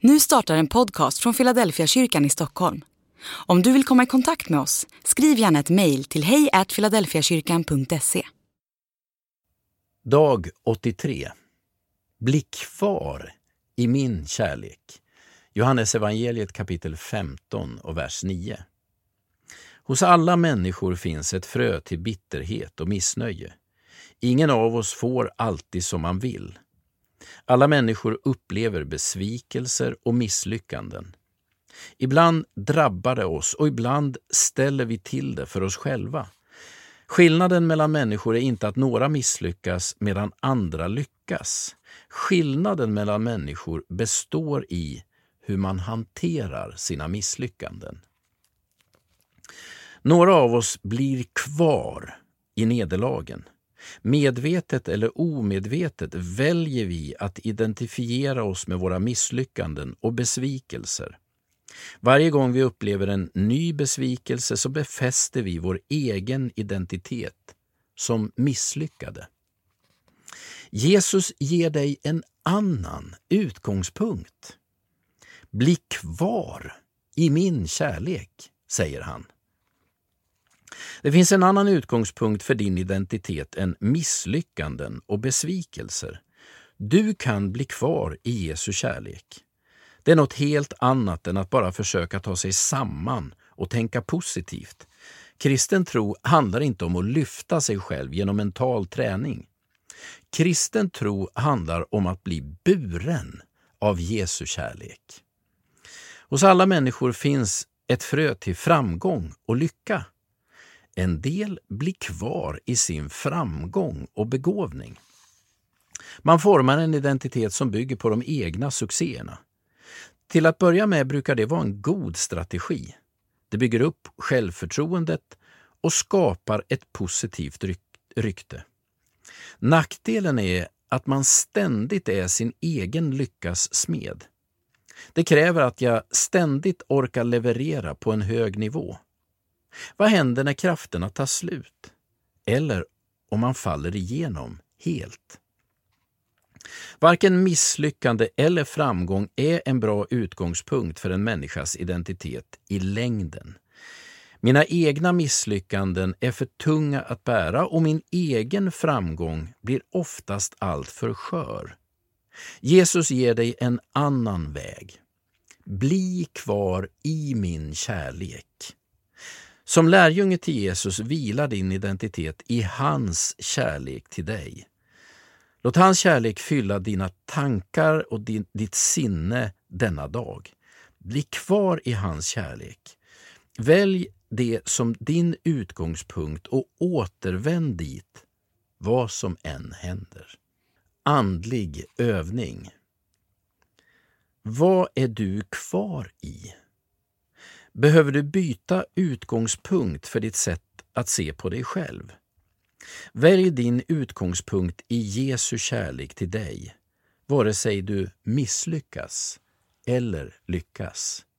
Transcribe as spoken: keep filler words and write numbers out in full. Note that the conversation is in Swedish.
Nu startar en podcast från Philadelphia kyrkan i Stockholm. Om du vill komma i kontakt med oss, skriv gärna ett mejl till hej at philadelphiakyrkan punkt se. Dag åttiotre. Bli kvar i min kärlek. Johannes evangeliet kapitel femton och vers nio. Hos alla människor finns ett frö till bitterhet och missnöje. Ingen av oss får alltid som man vill. Alla människor upplever besvikelser och misslyckanden. Ibland drabbar det oss och ibland ställer vi till det för oss själva. Skillnaden mellan människor är inte att några misslyckas medan andra lyckas. Skillnaden mellan människor består i hur man hanterar sina misslyckanden. Några av oss blir kvar i nederlagen. Medvetet eller omedvetet väljer vi att identifiera oss med våra misslyckanden och besvikelser. Varje gång vi upplever en ny besvikelse så befäster vi vår egen identitet som misslyckade. Jesus ger dig en annan utgångspunkt. Bli kvar i min kärlek, säger han. Det finns en annan utgångspunkt för din identitet än misslyckanden och besvikelser. Du kan bli kvar i Jesu kärlek. Det är något helt annat än att bara försöka ta sig samman och tänka positivt. Kristen tro handlar inte om att lyfta sig själv genom mental träning. Kristen tro handlar om att bli buren av Jesu kärlek. Hos alla människor finns ett frö till framgång och lycka. En del blir kvar i sin framgång och begåvning. Man formar en identitet som bygger på de egna succéerna. Till att börja med brukar det vara en god strategi. Det bygger upp självförtroendet och skapar ett positivt rykte. Nackdelen är att man ständigt är sin egen lyckas smed. Det kräver att jag ständigt orkar leverera på en hög nivå. Vad händer när krafterna tar slut? Eller om man faller igenom helt? Varken misslyckande eller framgång är en bra utgångspunkt för en människas identitet i längden. Mina egna misslyckanden är för tunga att bära och min egen framgång blir oftast allt för skör. Jesus ger dig en annan väg. Bli kvar i min kärlek. Som lärjunge till Jesus vilar din identitet i hans kärlek till dig. Låt hans kärlek fylla dina tankar och din, ditt sinne denna dag. Bli kvar i hans kärlek. Välj det som din utgångspunkt och återvänd dit, vad som än händer. Andlig övning. Vad är du kvar i? Behöver du byta utgångspunkt för ditt sätt att se på dig själv? Välj din utgångspunkt i Jesu kärlek till dig, vare sig du misslyckas eller lyckas.